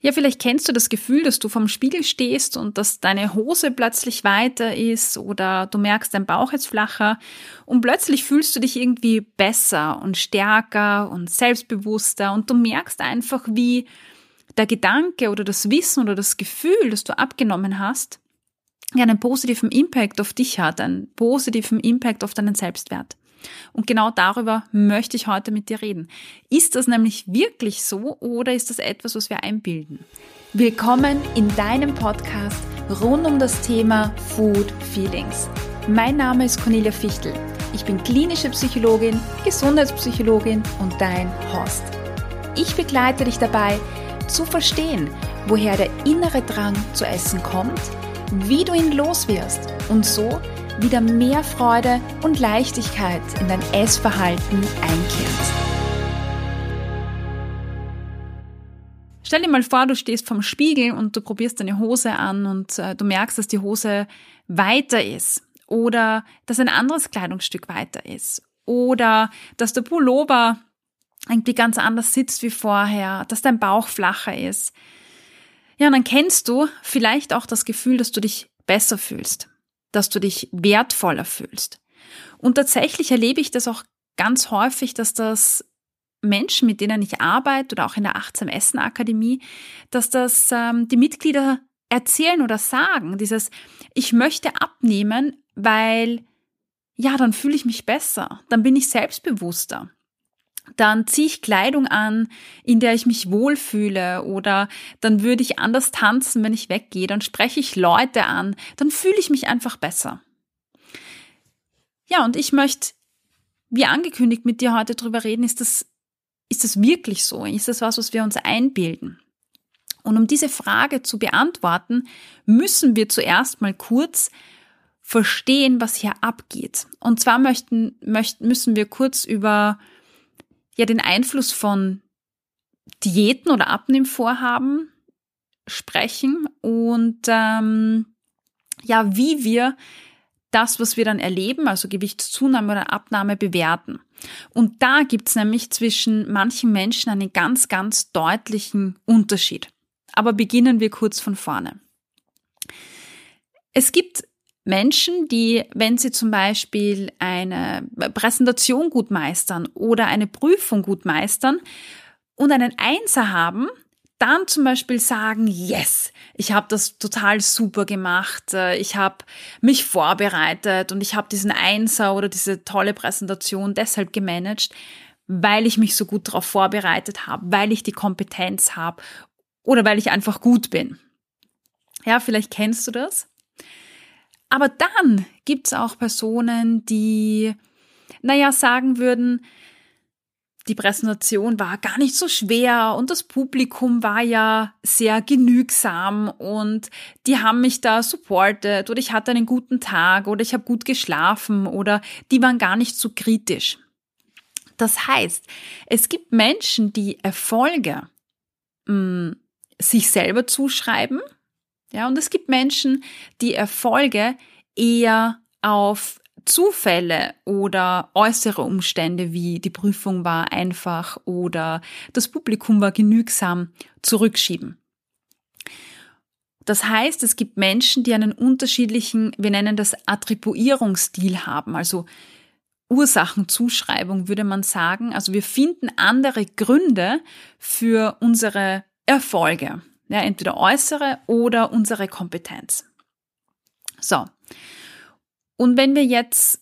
Ja, vielleicht kennst du das Gefühl, dass du vorm Spiegel stehst und dass deine Hose plötzlich weiter ist oder du merkst, dein Bauch ist flacher und plötzlich fühlst du dich irgendwie besser und stärker und selbstbewusster und du merkst einfach, wie der Gedanke oder das Wissen oder das Gefühl, das du abgenommen hast, ja einen positiven Impact auf dich hat, einen positiven Impact auf deinen Selbstwert. Und genau darüber möchte ich heute mit dir reden. Ist das nämlich wirklich so oder ist das etwas, was wir einbilden? Willkommen in deinem Podcast rund um das Thema Food Feelings. Mein Name ist Cornelia Fichtel. Ich bin klinische Psychologin, Gesundheitspsychologin und dein Host. Ich begleite dich dabei, zu verstehen, woher der innere Drang zu essen kommt, wie du ihn loswirst und so wieder mehr Freude und Leichtigkeit in dein Essverhalten einkehrt. Stell dir mal vor, du stehst vorm Spiegel und du probierst deine Hose an und du merkst, dass die Hose weiter ist oder dass ein anderes Kleidungsstück weiter ist oder dass der Pullover irgendwie ganz anders sitzt wie vorher, dass dein Bauch flacher ist. Ja, und dann kennst du vielleicht auch das Gefühl, dass du dich besser fühlst, dass du dich wertvoller fühlst. Und tatsächlich erlebe ich das auch ganz häufig, dass das Menschen, mit denen ich arbeite oder auch in der Achtsam Essen Akademie, dass das die Mitglieder erzählen oder sagen, dieses ich möchte abnehmen, weil ja, dann fühle ich mich besser, dann bin ich selbstbewusster. Dann ziehe ich Kleidung an, in der ich mich wohlfühle oder dann würde ich anders tanzen, wenn ich weggehe, dann spreche ich Leute an, dann fühle ich mich einfach besser. Ja, und ich möchte, wie angekündigt, mit dir heute drüber reden, ist das wirklich so? Ist das was wir uns einbilden? Und um diese Frage zu beantworten, müssen wir zuerst mal kurz verstehen, was hier abgeht. Und zwar müssen wir kurz über den Einfluss von Diäten oder Abnehmvorhaben sprechen und wie wir das, was wir dann erleben, also Gewichtszunahme oder Abnahme, bewerten. Und da gibt's nämlich zwischen manchen Menschen einen ganz, ganz deutlichen Unterschied. Aber beginnen wir kurz von vorne. Es gibt Menschen, die, wenn sie zum Beispiel eine Präsentation gut meistern oder eine Prüfung gut meistern und einen Einser haben, dann zum Beispiel sagen, yes, ich habe das total super gemacht, ich habe mich vorbereitet und ich habe diesen Einser oder diese tolle Präsentation deshalb gemanagt, weil ich mich so gut darauf vorbereitet habe, weil ich die Kompetenz habe oder weil ich einfach gut bin. Ja, vielleicht kennst du das. Aber dann gibt's auch Personen, die, sagen würden, die Präsentation war gar nicht so schwer und das Publikum war ja sehr genügsam und die haben mich da supportet oder ich hatte einen guten Tag oder ich habe gut geschlafen oder die waren gar nicht so kritisch. Das heißt, es gibt Menschen, die Erfolge sich selber zuschreiben. Ja, und es gibt Menschen, die Erfolge eher auf Zufälle oder äußere Umstände wie die Prüfung war einfach oder das Publikum war genügsam zurückschieben. Das heißt, es gibt Menschen, die einen unterschiedlichen, wir nennen das Attribuierungsstil haben, also Ursachenzuschreibung würde man sagen. Also wir finden andere Gründe für unsere Erfolge. Ja, entweder äußere oder unsere Kompetenz. So. Und wenn wir jetzt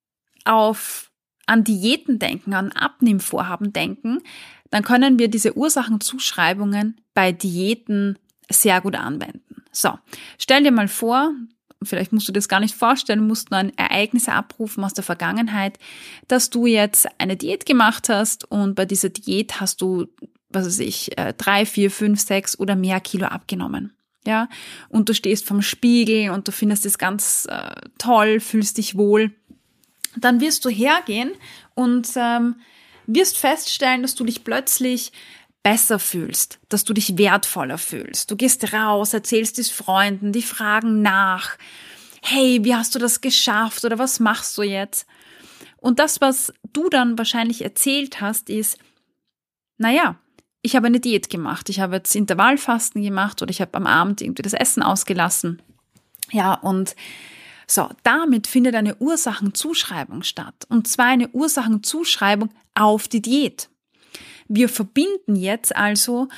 an Diäten denken, an Abnehmvorhaben denken, dann können wir diese Ursachenzuschreibungen bei Diäten sehr gut anwenden. So. Stell dir mal vor, vielleicht musst du dir das gar nicht vorstellen, musst nur ein Ereignis abrufen aus der Vergangenheit, dass du jetzt eine Diät gemacht hast und bei dieser Diät hast du 3, 4, 5, 6 oder mehr Kilo abgenommen. Ja, und du stehst vorm Spiegel und du findest es ganz toll, fühlst dich wohl. Dann wirst du hergehen und wirst feststellen, dass du dich plötzlich besser fühlst, dass du dich wertvoller fühlst. Du gehst raus, erzählst es Freunden, die fragen nach. Hey, wie hast du das geschafft oder was machst du jetzt? Und das, was du dann wahrscheinlich erzählt hast, ist, ich habe eine Diät gemacht. Ich habe jetzt Intervallfasten gemacht oder ich habe am Abend irgendwie das Essen ausgelassen. Ja, und so, damit findet eine Ursachenzuschreibung statt. Und zwar eine Ursachenzuschreibung auf die Diät. Wir verbinden jetzt also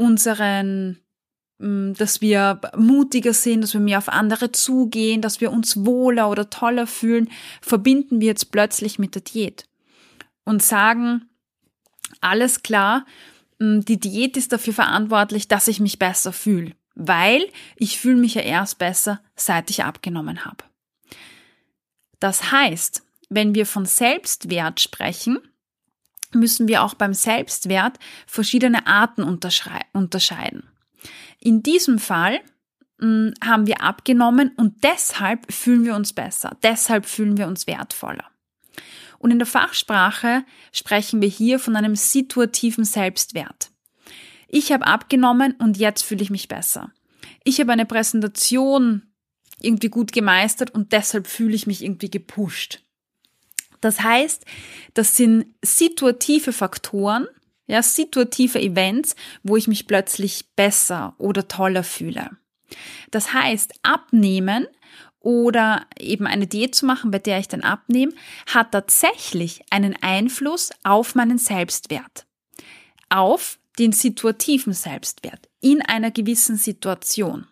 dass wir mutiger sind, dass wir mehr auf andere zugehen, dass wir uns wohler oder toller fühlen, verbinden wir jetzt plötzlich mit der Diät und sagen, alles klar, die Diät ist dafür verantwortlich, dass ich mich besser fühle, weil ich fühle mich ja erst besser, seit ich abgenommen habe. Das heißt, wenn wir von Selbstwert sprechen, müssen wir auch beim Selbstwert verschiedene Arten unterscheiden. In diesem Fall haben wir abgenommen und deshalb fühlen wir uns besser, deshalb fühlen wir uns wertvoller. Und in der Fachsprache sprechen wir hier von einem situativen Selbstwert. Ich habe abgenommen und jetzt fühle ich mich besser. Ich habe eine Präsentation irgendwie gut gemeistert und deshalb fühle ich mich irgendwie gepusht. Das heißt, das sind situative Faktoren, ja, situative Events, wo ich mich plötzlich besser oder toller fühle. Das heißt, abnehmen oder eben eine Diät zu machen, bei der ich dann abnehme, hat tatsächlich einen Einfluss auf meinen Selbstwert, auf den situativen Selbstwert in einer gewissen Situation.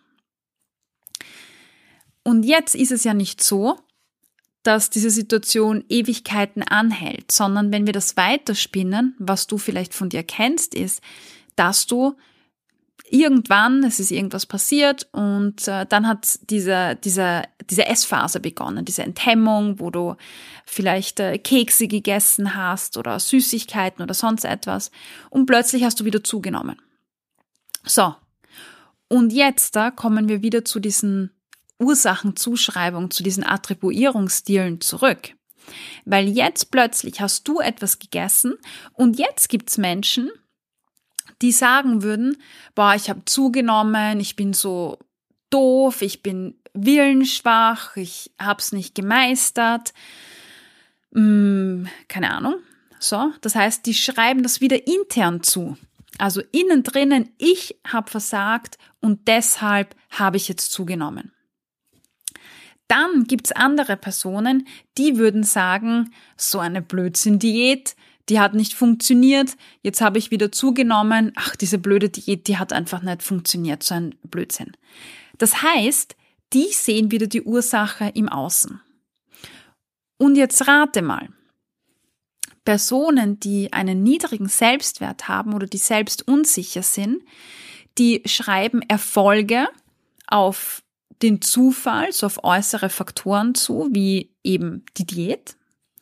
Und jetzt ist es ja nicht so, dass diese Situation Ewigkeiten anhält, sondern wenn wir das weiterspinnen, was du vielleicht von dir kennst, ist, dass du irgendwann, es ist irgendwas passiert und dann hat diese Essphase begonnen, diese Enthemmung, wo du vielleicht Kekse gegessen hast oder Süßigkeiten oder sonst etwas und plötzlich hast du wieder zugenommen. So, und jetzt da kommen wir wieder zu diesen Ursachenzuschreibung, zu diesen Attribuierungsstilen zurück. Weil jetzt plötzlich hast du etwas gegessen und jetzt gibt's Menschen, die sagen würden, boah, ich habe zugenommen, ich bin so doof, ich bin willensschwach, ich hab's nicht gemeistert, keine Ahnung. So, das heißt, die schreiben das wieder intern zu. Also innen drinnen, ich habe versagt und deshalb habe ich jetzt zugenommen. Dann gibt's andere Personen, die würden sagen, so eine Blödsinn-Diät, die hat nicht funktioniert, jetzt habe ich wieder zugenommen, ach, diese blöde Diät, die hat einfach nicht funktioniert, so ein Blödsinn. Das heißt, die sehen wieder die Ursache im Außen. Und jetzt rate mal, Personen, die einen niedrigen Selbstwert haben oder die selbst unsicher sind, die schreiben Erfolge auf den Zufall, so auf äußere Faktoren zu, wie eben die Diät.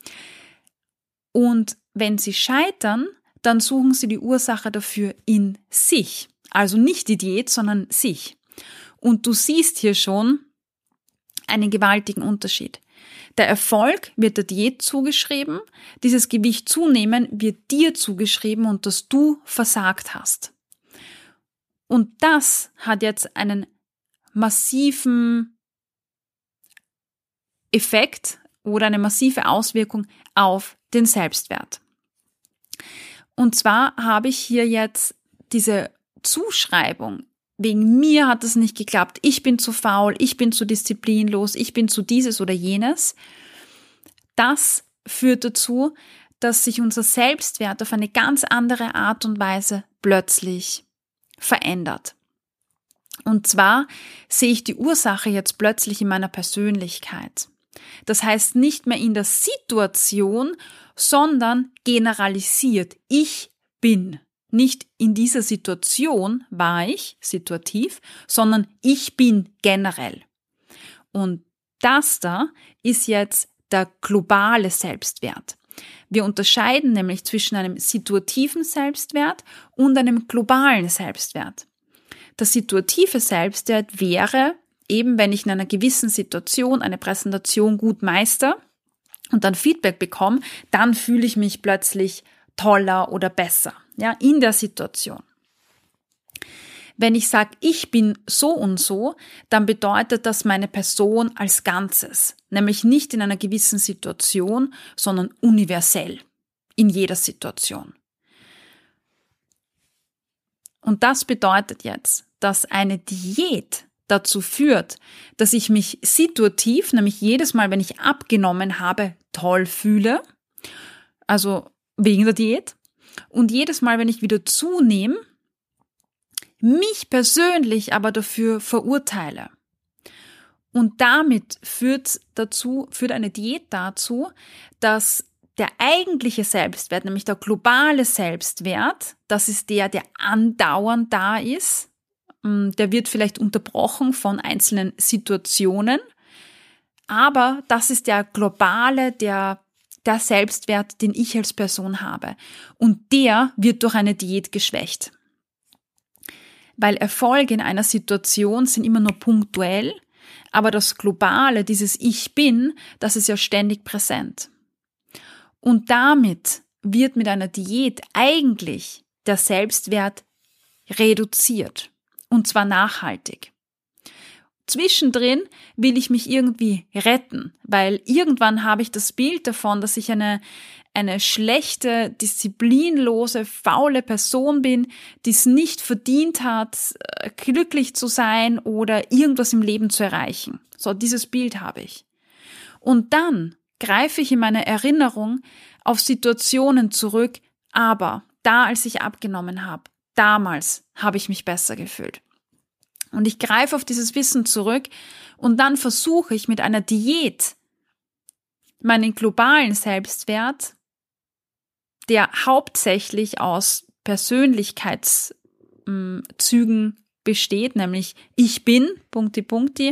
Und wenn sie scheitern, dann suchen sie die Ursache dafür in sich. Also nicht die Diät, sondern sich. Und du siehst hier schon einen gewaltigen Unterschied. Der Erfolg wird der Diät zugeschrieben, dieses Gewicht zunehmen wird dir zugeschrieben und dass du versagt hast. Und das hat jetzt einen massiven Effekt oder eine massive Auswirkung auf den Selbstwert. Und zwar habe ich hier jetzt diese Zuschreibung, wegen mir hat es nicht geklappt, ich bin zu faul, ich bin zu disziplinlos, ich bin zu dieses oder jenes. Das führt dazu, dass sich unser Selbstwert auf eine ganz andere Art und Weise plötzlich verändert. Und zwar sehe ich die Ursache jetzt plötzlich in meiner Persönlichkeit. Das heißt nicht mehr in der Situation, sondern generalisiert. Ich bin. Nicht in dieser Situation war ich situativ, sondern ich bin generell. Und das da ist jetzt der globale Selbstwert. Wir unterscheiden nämlich zwischen einem situativen Selbstwert und einem globalen Selbstwert. Der situative Selbstwert wäre eben, wenn ich in einer gewissen Situation eine Präsentation gut meister und dann Feedback bekomme, dann fühle ich mich plötzlich toller oder besser, ja, in der Situation. Wenn ich sage, ich bin so und so, dann bedeutet das meine Person als Ganzes, nämlich nicht in einer gewissen Situation, sondern universell, in jeder Situation. Und das bedeutet jetzt, dass eine Diät dazu führt, dass ich mich situativ, nämlich jedes Mal, wenn ich abgenommen habe, toll fühle, also wegen der Diät, und jedes Mal, wenn ich wieder zunehme, mich persönlich aber dafür verurteile. Und damit führt eine Diät dazu, dass der eigentliche Selbstwert, nämlich der globale Selbstwert, das ist der andauernd da ist, der wird vielleicht unterbrochen von einzelnen Situationen, aber das ist der globale, der Selbstwert, den ich als Person habe. Und der wird durch eine Diät geschwächt. Weil Erfolge in einer Situation sind immer nur punktuell, aber das Globale, dieses Ich Bin, das ist ja ständig präsent. Und damit wird mit einer Diät eigentlich der Selbstwert reduziert. Und zwar nachhaltig. Zwischendrin will ich mich irgendwie retten, weil irgendwann habe ich das Bild davon, dass ich eine schlechte, disziplinlose, faule Person bin, die es nicht verdient hat, glücklich zu sein oder irgendwas im Leben zu erreichen. So, dieses Bild habe ich. Und dann greife ich in meiner Erinnerung auf Situationen zurück, aber da, als ich abgenommen habe, damals habe ich mich besser gefühlt. Und ich greife auf dieses Wissen zurück und dann versuche ich mit einer Diät meinen globalen Selbstwert, der hauptsächlich aus Persönlichkeitszügen besteht, nämlich ich bin, Punkti,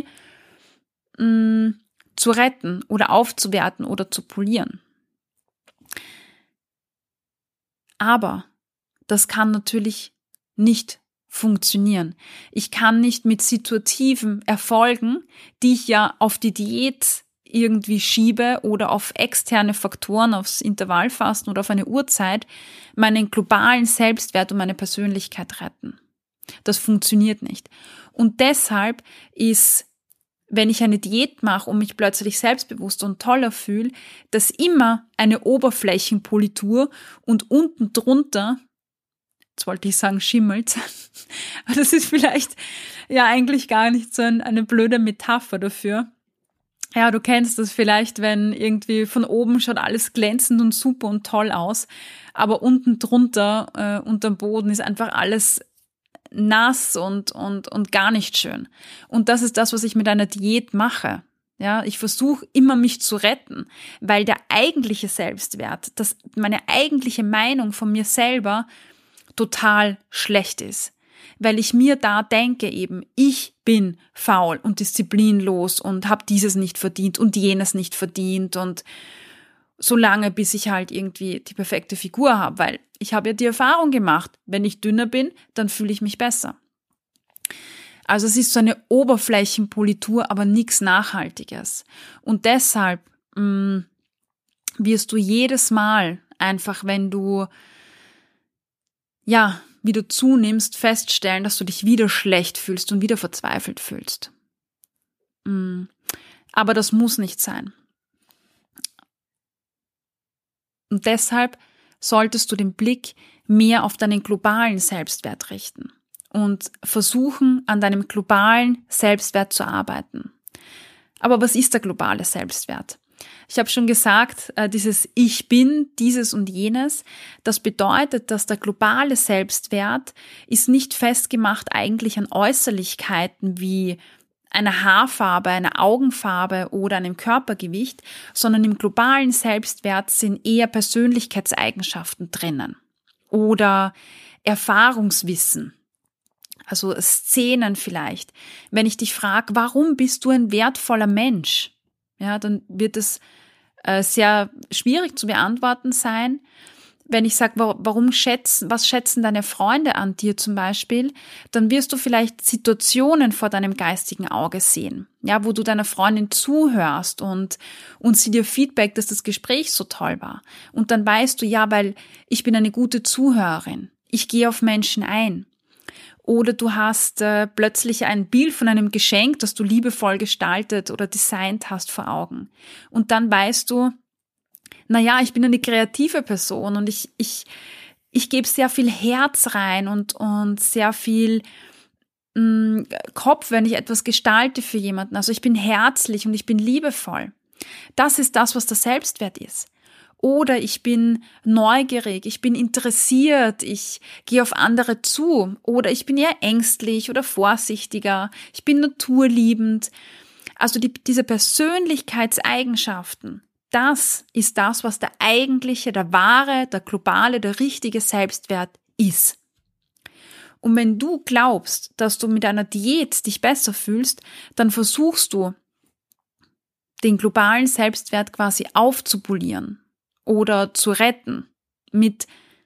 zu retten oder aufzuwerten oder zu polieren. Aber das kann natürlich nicht funktionieren. Ich kann nicht mit situativen Erfolgen, die ich ja auf die Diät irgendwie schiebe oder auf externe Faktoren, aufs Intervallfasten oder auf eine Uhrzeit, meinen globalen Selbstwert und meine Persönlichkeit retten. Das funktioniert nicht. Und deshalb ist, wenn ich eine Diät mache und mich plötzlich selbstbewusster und toller fühle, das immer eine Oberflächenpolitur und unten drunter, jetzt wollte ich sagen schimmelt, aber das ist vielleicht ja eigentlich gar nicht so eine blöde Metapher dafür. Ja, du kennst das vielleicht, wenn irgendwie von oben schaut alles glänzend und super und toll aus, aber unten drunter, unterm Boden ist einfach alles nass und gar nicht schön. Und das ist das, was ich mit einer Diät mache. Ja, ich versuche immer, mich zu retten, weil der eigentliche Selbstwert, meine eigentliche Meinung von mir selber total schlecht ist. Weil ich mir da denke eben, ich bin faul und disziplinlos und habe dieses nicht verdient und jenes nicht verdient und so lange, bis ich halt irgendwie die perfekte Figur habe, weil ich habe ja die Erfahrung gemacht, wenn ich dünner bin, dann fühle ich mich besser. Also es ist so eine Oberflächenpolitur, aber nichts Nachhaltiges. Und deshalb wirst du jedes Mal einfach, wenn du wieder zunimmst, feststellen, dass du dich wieder schlecht fühlst und wieder verzweifelt fühlst. Aber das muss nicht sein. Und deshalb solltest du den Blick mehr auf deinen globalen Selbstwert richten und versuchen, an deinem globalen Selbstwert zu arbeiten. Aber was ist der globale Selbstwert? Ich habe schon gesagt, dieses Ich bin, dieses und jenes, das bedeutet, dass der globale Selbstwert ist nicht festgemacht eigentlich an Äußerlichkeiten wie einer Haarfarbe, einer Augenfarbe oder einem Körpergewicht, sondern im globalen Selbstwert sind eher Persönlichkeitseigenschaften drinnen oder Erfahrungswissen. Also Szenen vielleicht. Wenn ich dich frage, warum bist du ein wertvoller Mensch? Ja, dann wird es sehr schwierig zu beantworten sein. Wenn ich sage, was schätzen deine Freunde an dir zum Beispiel, dann wirst du vielleicht Situationen vor deinem geistigen Auge sehen, ja, wo du deiner Freundin zuhörst und sie dir Feedback, dass das Gespräch so toll war. Und dann weißt du, ja, weil ich bin eine gute Zuhörerin, ich gehe auf Menschen ein. Oder du hast plötzlich ein Bild von einem Geschenk, das du liebevoll gestaltet oder designt hast, vor Augen. Und dann weißt du, naja, ich bin eine kreative Person und ich ich gebe sehr viel Herz rein und sehr viel Kopf, wenn ich etwas gestalte für jemanden. Also ich bin herzlich und ich bin liebevoll. Das ist das, was der Selbstwert ist. Oder ich bin neugierig, ich bin interessiert, ich gehe auf andere zu. Oder ich bin eher ängstlich oder vorsichtiger, ich bin naturliebend. Also diese Persönlichkeitseigenschaften, das ist das, was der eigentliche, der wahre, der globale, der richtige Selbstwert ist. Und wenn du glaubst, dass du mit einer Diät dich besser fühlst, dann versuchst du, den globalen Selbstwert quasi aufzupolieren oder zu retten mit,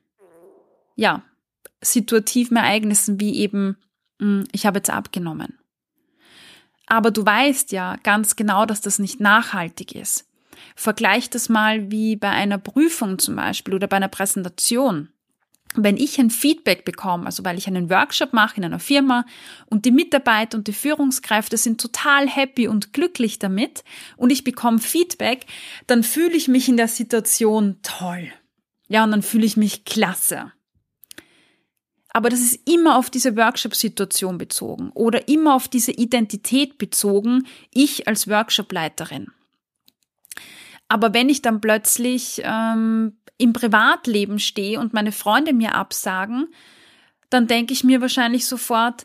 situativen Ereignissen wie eben, ich habe jetzt abgenommen. Aber du weißt ja ganz genau, dass das nicht nachhaltig ist. Vergleich das mal wie bei einer Prüfung zum Beispiel oder bei einer Präsentation. Wenn ich ein Feedback bekomme, also weil ich einen Workshop mache in einer Firma und die Mitarbeiter und die Führungskräfte sind total happy und glücklich damit und ich bekomme Feedback, dann fühle ich mich in der Situation toll. Ja, und dann fühle ich mich klasse. Aber das ist immer auf diese Workshop-Situation bezogen oder immer auf diese Identität bezogen, ich als Workshop-Leiterin. Aber wenn ich dann plötzlich im Privatleben stehe und meine Freunde mir absagen, dann denke ich mir wahrscheinlich sofort,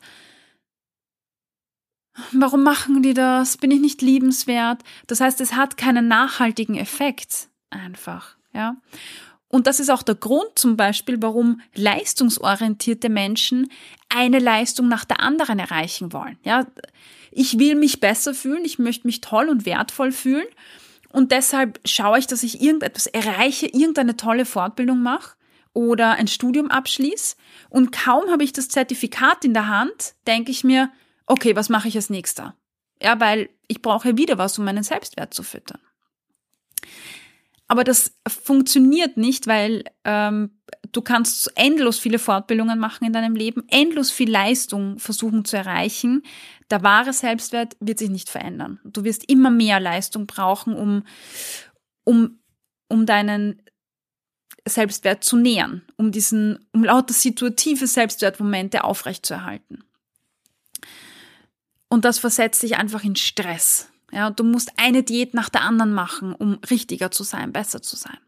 warum machen die das? Bin ich nicht liebenswert? Das heißt, es hat keinen nachhaltigen Effekt einfach, ja. Und das ist auch der Grund zum Beispiel, warum leistungsorientierte Menschen eine Leistung nach der anderen erreichen wollen. Ja, ich will mich besser fühlen, ich möchte mich toll und wertvoll fühlen. Und deshalb schaue ich, dass ich irgendetwas erreiche, irgendeine tolle Fortbildung mache oder ein Studium abschließe. Und kaum habe ich das Zertifikat in der Hand, denke ich mir, okay, was mache ich als nächster? Ja, weil ich brauche wieder was, um meinen Selbstwert zu füttern. Aber das funktioniert nicht, weil du kannst endlos viele Fortbildungen machen in deinem Leben, endlos viel Leistung versuchen zu erreichen. Der wahre Selbstwert wird sich nicht verändern. Du wirst immer mehr Leistung brauchen, um deinen Selbstwert zu nähern, um lauter situative Selbstwertmomente aufrechtzuerhalten. Und das versetzt dich einfach in Stress. Ja, und du musst eine Diät nach der anderen machen, um richtiger zu sein, besser zu sein.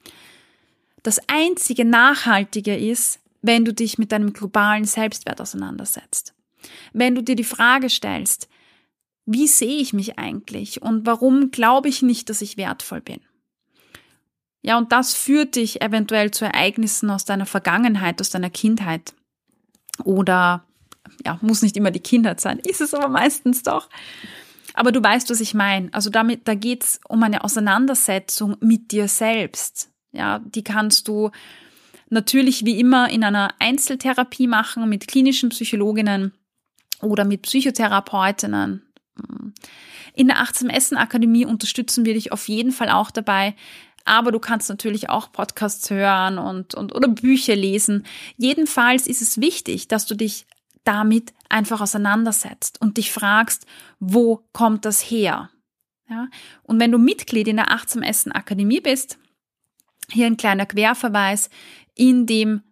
Das einzige Nachhaltige ist, wenn du dich mit deinem globalen Selbstwert auseinandersetzt. Wenn du dir die Frage stellst, wie sehe ich mich eigentlich und warum glaube ich nicht, dass ich wertvoll bin? Ja, und das führt dich eventuell zu Ereignissen aus deiner Vergangenheit, aus deiner Kindheit. Oder, muss nicht immer die Kindheit sein, ist es aber meistens doch. Aber du weißt, was ich meine. Also da geht's um eine Auseinandersetzung mit dir selbst. Ja, die kannst du natürlich wie immer in einer Einzeltherapie machen mit klinischen Psychologinnen oder mit Psychotherapeutinnen. In der Achtsam Essen Akademie unterstützen wir dich auf jeden Fall auch dabei. Aber du kannst natürlich auch Podcasts hören oder Bücher lesen. Jedenfalls ist es wichtig, dass du dich damit einfach auseinandersetzt und dich fragst, wo kommt das her? Ja? Und wenn du Mitglied in der Achtsam Essen Akademie bist, hier ein kleiner Querverweis, in dem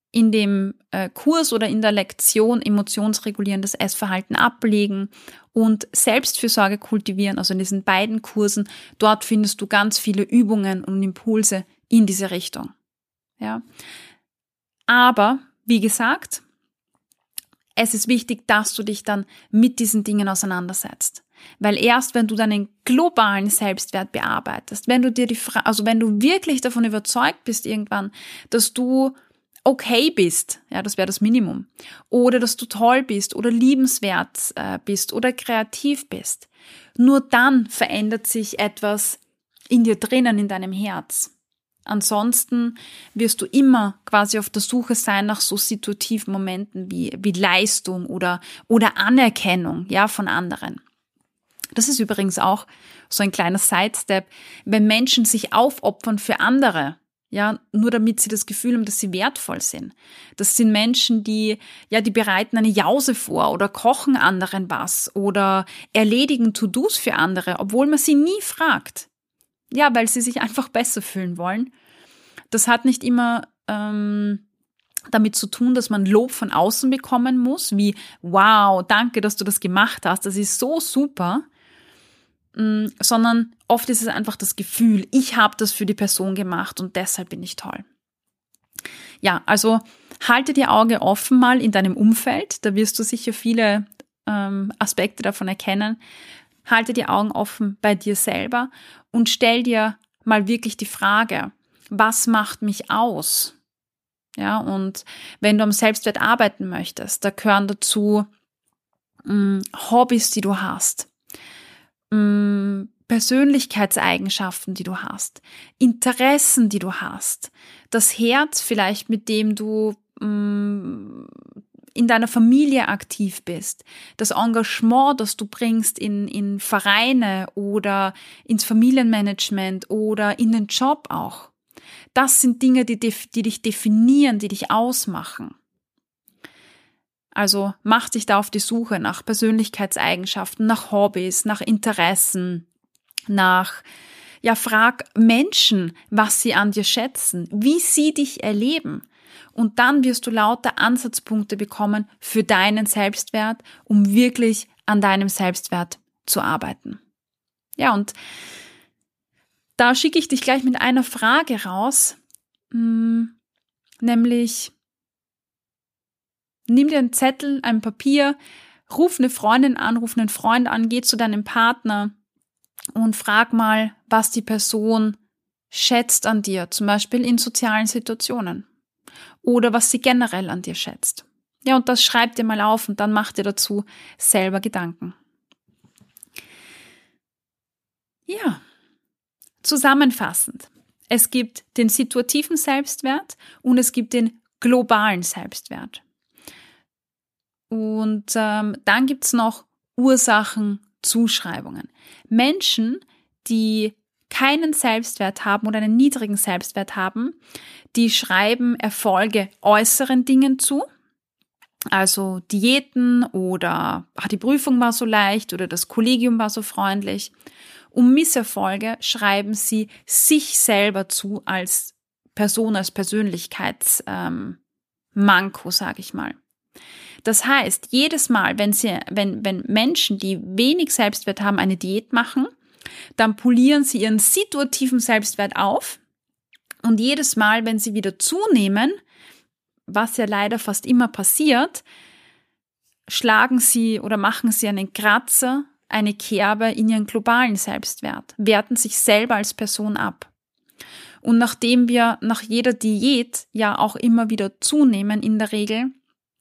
Kurs oder in der Lektion emotionsregulierendes Essverhalten ablegen und Selbstfürsorge kultivieren, also in diesen beiden Kursen, dort findest du ganz viele Übungen und Impulse in diese Richtung. Ja? Aber, wie gesagt, es ist wichtig, dass du dich dann mit diesen Dingen auseinandersetzt. Weil erst wenn du deinen globalen Selbstwert bearbeitest, wenn du wenn du wirklich davon überzeugt bist irgendwann, dass du okay bist, ja, das wäre das Minimum, oder dass du toll bist oder liebenswert bist oder kreativ bist, nur dann verändert sich etwas in dir drinnen, in deinem Herz. Ansonsten wirst du immer quasi auf der Suche sein nach so situativen Momenten wie Leistung oder Anerkennung, ja, von anderen. Das ist übrigens auch so ein kleiner Sidestep, wenn Menschen sich aufopfern für andere, ja, nur damit sie das Gefühl haben, dass sie wertvoll sind. Das sind Menschen, die bereiten eine Jause vor oder kochen anderen was oder erledigen To-Dos für andere, obwohl man sie nie fragt. Ja, weil sie sich einfach besser fühlen wollen. Das hat nicht immer damit zu tun, dass man Lob von außen bekommen muss, wie wow, danke, dass du das gemacht hast, das ist so super, sondern oft ist es einfach das Gefühl, ich habe das für die Person gemacht und deshalb bin ich toll. Ja, also halte die Augen offen mal in deinem Umfeld, da wirst du sicher viele Aspekte davon erkennen. Halte die Augen offen bei dir selber und stell dir mal wirklich die Frage, was macht mich aus? Ja, und wenn du am Selbstwert arbeiten möchtest, da gehören dazu Hobbys, die du hast, Persönlichkeitseigenschaften, die du hast, Interessen, die du hast, das Herz vielleicht, mit dem du in deiner Familie aktiv bist, das Engagement, das du bringst in Vereine oder ins Familienmanagement oder in den Job auch. Das sind Dinge, die dich definieren, die dich ausmachen. Also mach dich da auf die Suche nach Persönlichkeitseigenschaften, nach Hobbys, nach Interessen, frag Menschen, was sie an dir schätzen, wie sie dich erleben. Und dann wirst du lauter Ansatzpunkte bekommen für deinen Selbstwert, um wirklich an deinem Selbstwert zu arbeiten. Ja, und da schicke ich dich gleich mit einer Frage raus, nämlich nimm dir einen Zettel, ein Papier, ruf eine Freundin an, ruf einen Freund an, geh zu deinem Partner und frag mal, was die Person schätzt an dir, zum Beispiel in sozialen Situationen oder was sie generell an dir schätzt. Ja, und das schreib dir mal auf und dann mach dir dazu selber Gedanken. Ja, zusammenfassend. Es gibt den situativen Selbstwert und es gibt den globalen Selbstwert. Und dann gibt's noch Ursachenzuschreibungen. Menschen, die keinen Selbstwert haben oder einen niedrigen Selbstwert haben, die schreiben Erfolge äußeren Dingen zu, also Diäten oder die Prüfung war so leicht oder das Kollegium war so freundlich. Und Misserfolge schreiben sie sich selber zu als Person, als Persönlichkeitsmanko, sage ich mal. Das heißt, jedes Mal, wenn Menschen, die wenig Selbstwert haben, eine Diät machen, dann polieren sie ihren situativen Selbstwert auf. Und jedes Mal, wenn sie wieder zunehmen, was ja leider fast immer passiert, schlagen sie oder machen sie einen Kratzer, eine Kerbe in ihren globalen Selbstwert, werten sich selber als Person ab. Und nachdem wir nach jeder Diät ja auch immer wieder zunehmen in der Regel,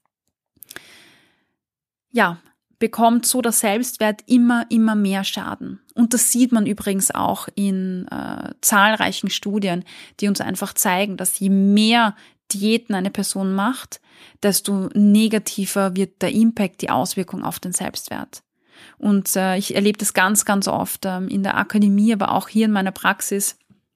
bekommt so der Selbstwert immer mehr Schaden. Und das sieht man übrigens auch in zahlreichen Studien, die uns einfach zeigen, dass je mehr Diäten eine Person macht, desto negativer wird der Impact, die Auswirkung auf den Selbstwert. Und ich erlebe das ganz oft in der Akademie, aber auch hier in meiner Praxis,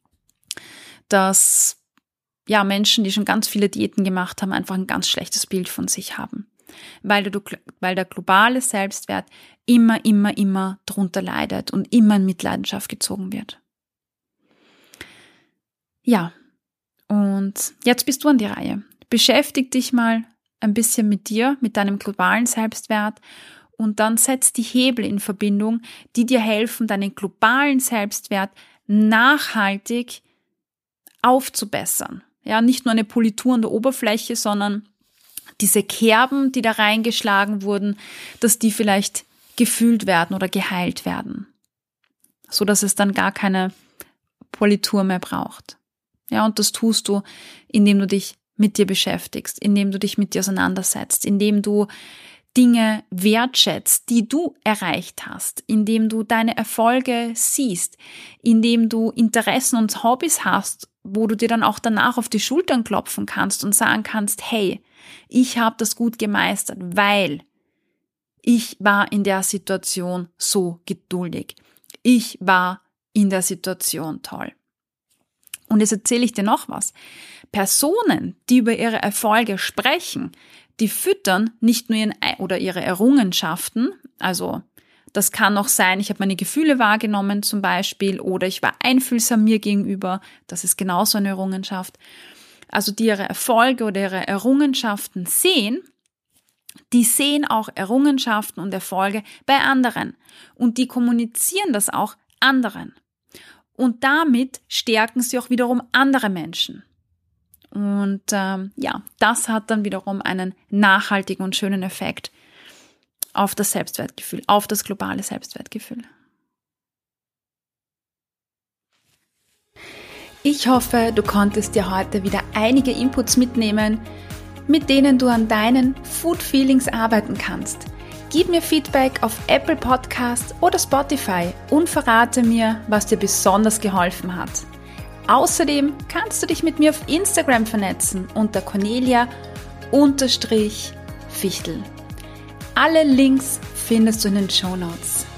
dass Menschen, die schon ganz viele Diäten gemacht haben, einfach ein ganz schlechtes Bild von sich haben. Weil der globale Selbstwert immer drunter leidet und immer in Mitleidenschaft gezogen wird. Ja, und jetzt bist du an die Reihe. Beschäftig dich mal ein bisschen mit dir, mit deinem globalen Selbstwert und dann setz die Hebel in Verbindung, die dir helfen, deinen globalen Selbstwert nachhaltig aufzubessern. Ja, nicht nur eine Politur an der Oberfläche, sondern diese Kerben, die da reingeschlagen wurden, dass die vielleicht gefühlt werden oder geheilt werden, so dass es dann gar keine Politur mehr braucht. Ja, und das tust du, indem du dich mit dir beschäftigst, indem du dich mit dir auseinandersetzt, indem du Dinge wertschätzt, die du erreicht hast, indem du deine Erfolge siehst, indem du Interessen und Hobbys hast, wo du dir dann auch danach auf die Schultern klopfen kannst und sagen kannst, hey, ich habe das gut gemeistert, weil ich war in der Situation so geduldig. Ich war in der Situation toll. Und jetzt erzähle ich dir noch was. Personen, die über ihre Erfolge sprechen, die füttern nicht nur ihre Errungenschaften, also das kann auch sein, ich habe meine Gefühle wahrgenommen zum Beispiel oder ich war einfühlsam mir gegenüber, das ist genauso eine Errungenschaft. also die ihre Erfolge oder ihre Errungenschaften sehen, die sehen auch Errungenschaften und Erfolge bei anderen und die kommunizieren das auch anderen. Und damit stärken sie auch wiederum andere Menschen. Und das hat dann wiederum einen nachhaltigen und schönen Effekt auf das Selbstwertgefühl, auf das globale Selbstwertgefühl. Ich hoffe, du konntest dir heute wieder einige Inputs mitnehmen, mit denen du an deinen Food Feelings arbeiten kannst. Gib mir Feedback auf Apple Podcasts oder Spotify und verrate mir, was dir besonders geholfen hat. Außerdem kannst du dich mit mir auf Instagram vernetzen unter Cornelia_Fichtel. Alle Links findest du in den Shownotes.